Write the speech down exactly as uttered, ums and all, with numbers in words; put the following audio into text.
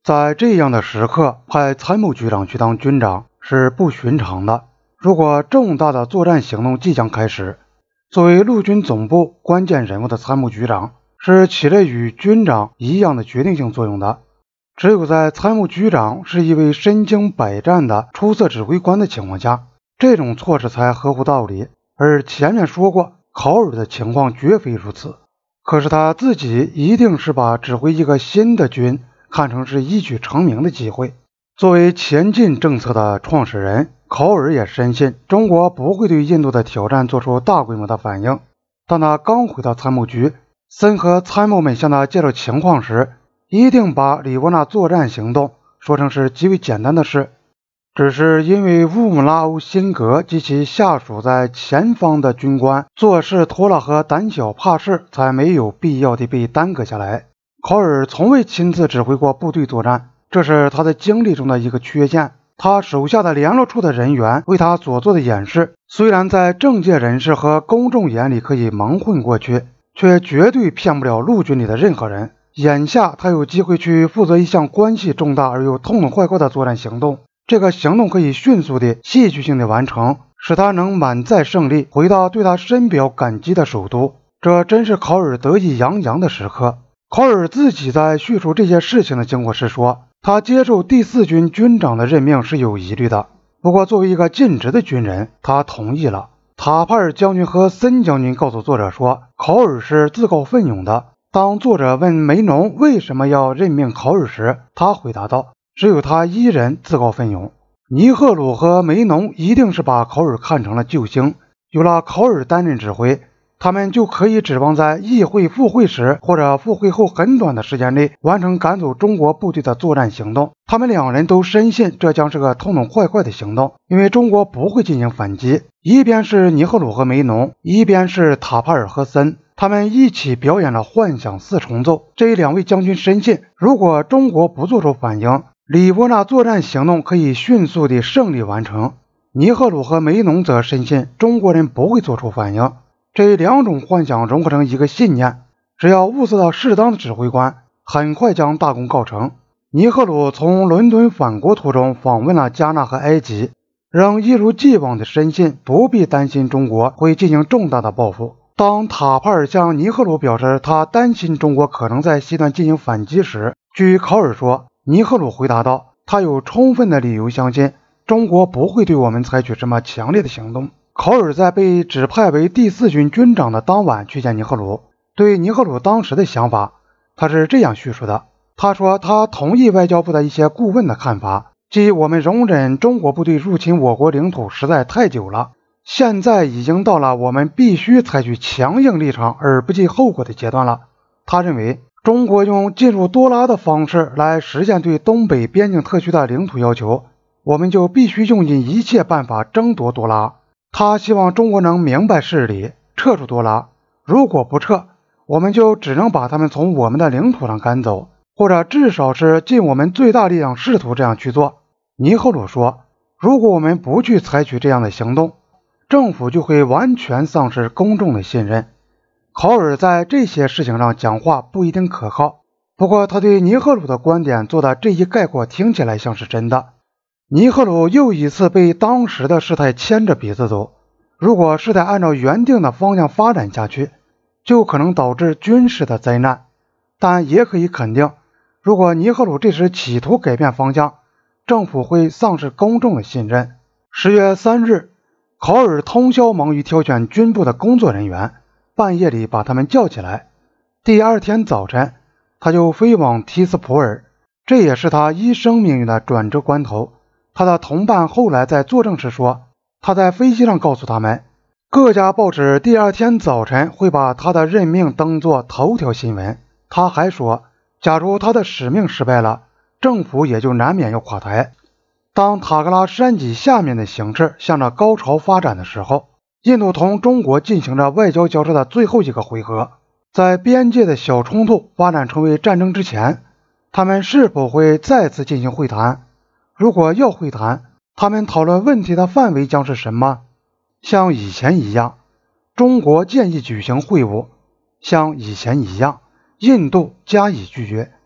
在这样的时刻派参谋局长去当军长是不寻常的。如果重大的作战行动即将开始，作为陆军总部关键人物的参谋局长是起着与军长一样的决定性作用的。只有在参谋局长是一位身经百战的出色指挥官的情况下，这种措施才合乎道理。而前面说过，考尔的情况绝非如此。可是他自己一定是把指挥一个新的军看成是一举成名的机会。作为前进政策的创始人，考尔也深信中国不会对印度的挑战做出大规模的反应。当他刚回到参谋局，森和参谋们向他介绍情况时，一定把里沃纳作战行动说成是极为简单的事，只是因为乌姆拉欧辛格及其下属在前方的军官做事拖拉和胆小怕事，才没有必要地被耽搁下来。考尔从未亲自指挥过部队作战，这是他的经历中的一个缺陷。他手下的联络处的人员为他所做的演示，虽然在政界人士和公众眼里可以蒙混过去，却绝对骗不了陆军里的任何人。眼下他有机会去负责一项关系重大而又痛痛快快的作战行动，这个行动可以迅速的戏剧性的完成，使他能满载胜利回到对他深表感激的首都。这真是考尔得意洋洋的时刻。考尔自己在叙述这些事情的经过时说，他接受第四军军长的任命是有疑虑的，不过作为一个尽职的军人，他同意了。塔帕尔将军和森将军告诉作者说，考尔是自告奋勇的。当作者问梅农为什么要任命考尔时，他回答道，只有他一人自告奋勇。尼赫鲁和梅农一定是把考尔看成了救星，有了考尔担任指挥，他们就可以指望在议会复会时或者复会后很短的时间内完成赶走中国部队的作战行动。他们两人都深信这将是个痛痛快快的行动，因为中国不会进行反击。一边是尼赫鲁和梅农，一边是塔帕尔和森，他们一起表演了幻想四重奏。这两位将军深信，如果中国不做出反应，里沃纳作战行动可以迅速地胜利完成。尼赫鲁和梅农则深信中国人不会做出反应。这两种幻想融合成一个信念，只要物色到适当的指挥官，很快将大功告成。尼赫鲁从伦敦返国途中访问了加纳和埃及，仍一如既往的深信不必担心中国会进行重大的报复。当塔帕尔向尼赫鲁表示他担心中国可能在西段进行反击时，据考尔说，尼赫鲁回答道，他有充分的理由相信中国不会对我们采取什么强烈的行动。考尔在被指派为第四军军长的当晚去见尼赫鲁，对尼赫鲁当时的想法，他是这样叙述的。他说他同意外交部的一些顾问的看法，即我们容忍中国部队入侵我国领土实在太久了，现在已经到了我们必须采取强硬立场而不计后果的阶段了。他认为中国用进入多拉的方式来实现对东北边境特区的领土要求，我们就必须用尽一切办法争夺多拉。他希望中国能明白事理，撤出多拉。如果不撤，我们就只能把他们从我们的领土上赶走，或者至少是尽我们最大力量试图这样去做。尼赫鲁说，如果我们不去采取这样的行动，政府就会完全丧失公众的信任。考尔在这些事情上讲话不一定可靠，不过他对尼赫鲁的观点做的这一概括听起来像是真的。尼赫鲁又一次被当时的事态牵着鼻子走，如果事态按照原定的方向发展下去，就可能导致军事的灾难。但也可以肯定，如果尼赫鲁这时企图改变方向，政府会丧失公众的信任。十月三日，考尔通宵忙于挑选军部的工作人员，半夜里把他们叫起来。第二天早晨，他就飞往提斯普尔，这也是他一生命运的转折关头。他的同伴后来在作证时说，他在飞机上告诉他们，各家报纸第二天早晨会把他的任命登作头条新闻。他还说，假如他的使命失败了，政府也就难免要垮台。当塔格拉山脊下面的形势向着高潮发展的时候，印度同中国进行着外交交涉的最后一个回合。在边界的小冲突发展成为战争之前，他们是否会再次进行会谈？如果要会谈，他们讨论问题的范围将是什么？像以前一样，中国建议举行会晤，像以前一样，印度加以拒绝。